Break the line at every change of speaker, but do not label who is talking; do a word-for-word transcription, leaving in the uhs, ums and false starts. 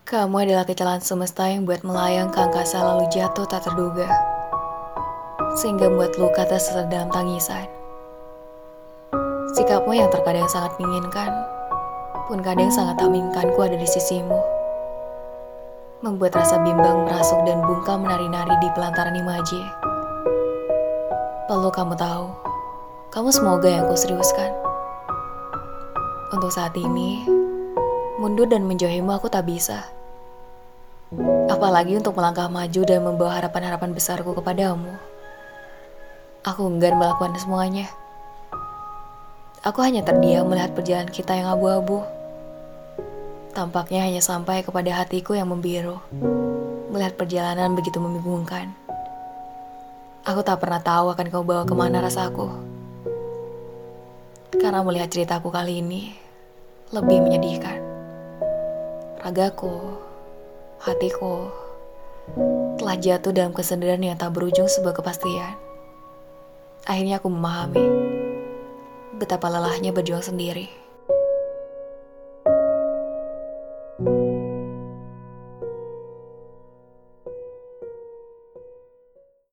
Kamu adalah kecelakaan semesta yang buat melayang ke angkasa lalu jatuh tak terduga. Sehingga membuat luka tersesat dalam tangisan. Sikapmu yang terkadang sangat menginginkan, pun kadang sangat tak menginginkanku ada di sisimu. Membuat rasa bimbang merasuk dan bungkam menari-nari di pelantaran imaji. Perlu kamu tahu, kamu semoga yang kuseriuskan. Untuk saat ini, mundur dan menjauhimu aku tak bisa. Apalagi untuk melangkah maju dan membawa harapan-harapan besarku kepadamu. Aku enggan melakukan semuanya. Aku hanya terdiam melihat perjalanan kita yang abu-abu. Tampaknya hanya sampai kepada hatiku yang membiru. Melihat perjalanan begitu membingungkan. Aku tak pernah tahu akan kau bawa kemana rasaku. Karena melihat ceritaku kali ini lebih menyedihkan. Ragaku, hatiku telah jatuh dalam kesedihan yang tak berujung sebuah kepastian. Akhirnya aku memahami betapa lelahnya berjuang sendiri.